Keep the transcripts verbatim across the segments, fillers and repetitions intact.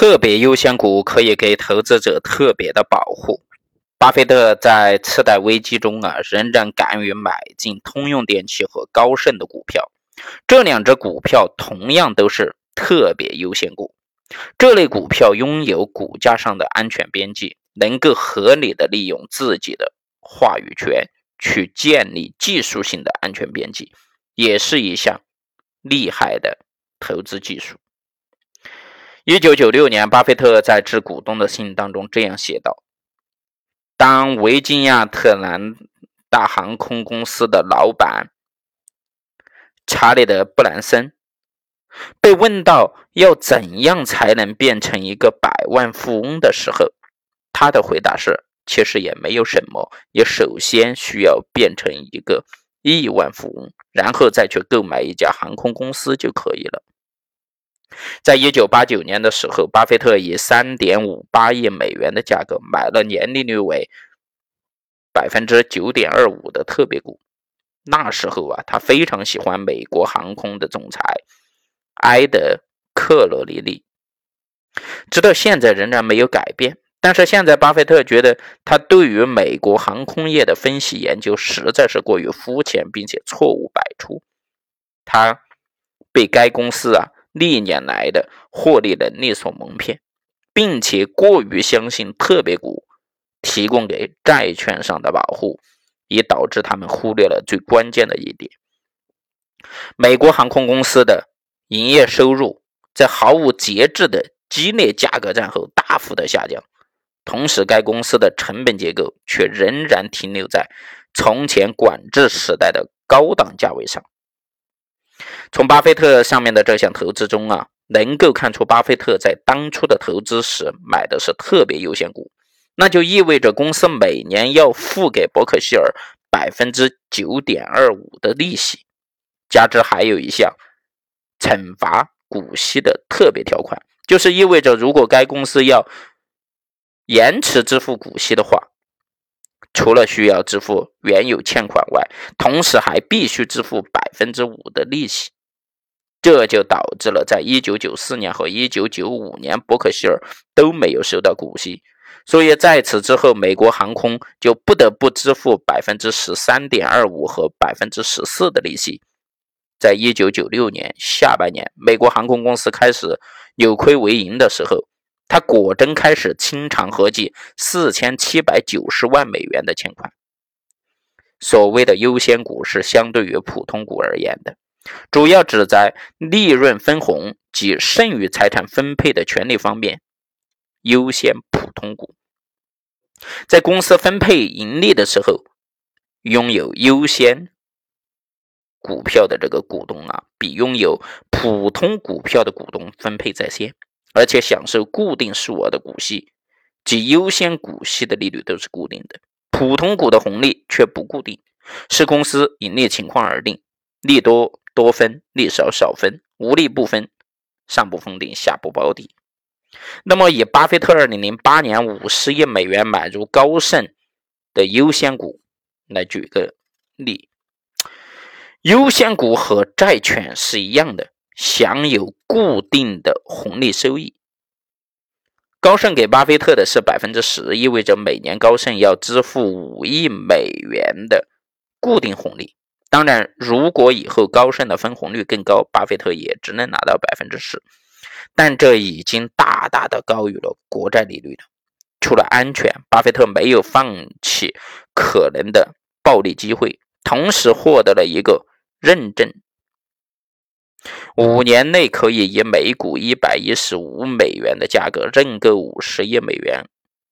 特别优先股可以给投资者特别的保护。巴菲特在次贷危机中啊，仍然敢于买进通用电气和高盛的股票，这两只股票同样都是特别优先股。这类股票拥有股价上的安全边际，能够合理的利用自己的话语权去建立技术性的安全边际，也是一项厉害的投资技术。一九九六年，巴菲特在致股东的信当中这样写道：当维吉亚特兰大航空公司的老板查理德·布兰森被问到要怎样才能变成一个百万富翁的时候，他的回答是：其实也没有什么，也首先需要变成一个亿万富翁，然后再去购买一家航空公司就可以了。在一九八九年的时候，巴菲特以 三点五八亿美元的价格买了年利率为 百分之九点二五 的特别股。那时候啊，他非常喜欢美国航空的总裁埃德·克罗里利，直到现在仍然没有改变。但是现在巴菲特觉得他对于美国航空业的分析研究实在是过于肤浅，并且错误百出。他被该公司啊历年来的获利能力所蒙骗，并且过于相信特别股提供给债券上的保护，也导致他们忽略了最关键的一点：美国航空公司的营业收入在毫无节制的激烈价格战后大幅的下降，同时该公司的成本结构却仍然停留在从前管制时代的高档价位上。从巴菲特上面的这项投资中啊，能够看出巴菲特在当初的投资时买的是特别优先股，那就意味着公司每年要付给伯克希尔 百分之九点二五 的利息，加之还有一项惩罚股息的特别条款，就是意味着如果该公司要延迟支付股息的话，除了需要支付原有欠款外，同时还必须支付 百分之五 的利息。这就导致了在一九九四年和一九九五年伯克希尔都没有收到股息，所以在此之后美国航空就不得不支付 百分之十三点二五 和 百分之十四 的利息。在一九九六年下半年，美国航空公司开始扭亏为盈的时候，他果真开始清偿合计四千七百九十万美元的欠款。所谓的优先股是相对于普通股而言的，主要指在利润分红及剩余财产分配的权利方面优先普通股。在公司分配盈利的时候，拥有优先股票的这个股东啊，比拥有普通股票的股东分配在先，而且享受固定数额的股息，即优先股息的利率都是固定的，普通股的红利却不固定，视公司盈利情况而定，利多多分，利少少分，无利不分，上不封顶，下不保底。那么以巴菲特二零零八年五十亿美元买入高盛的优先股来举个例，优先股和债券是一样的，享有固定的红利收益。高盛给巴菲特的是 百分之十， 意味着每年高盛要支付五亿美元的固定红利。当然，如果以后高盛的分红率更高，巴菲特也只能拿到 百分之十， 但这已经大大的高于了国债利率了。除了安全，巴菲特没有放弃可能的暴利机会，同时获得了一个认证，五年内可以以每股一百一十五美元的价格认购五十亿美元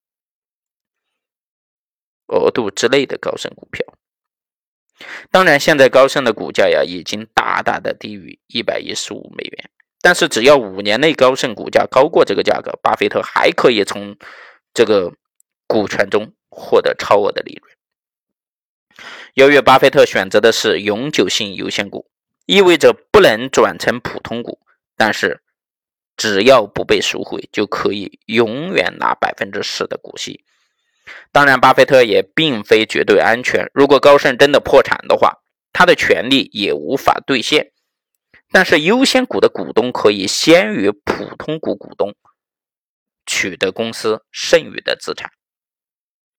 额度之内的高盛股票。当然，现在高盛的股价呀已经大大的低于一百一十五美元，但是只要五年内高盛股价高过这个价格，巴菲特还可以从这个股权中获得超额的利润。由于巴菲特选择的是永久性优先股，意味着不能转成普通股，但是只要不被赎回，就可以永远拿 百分之十 的股息。当然，巴菲特也并非绝对安全，如果高盛真的破产的话，他的权利也无法兑现。但是优先股的股东可以先于普通股股东取得公司剩余的资产。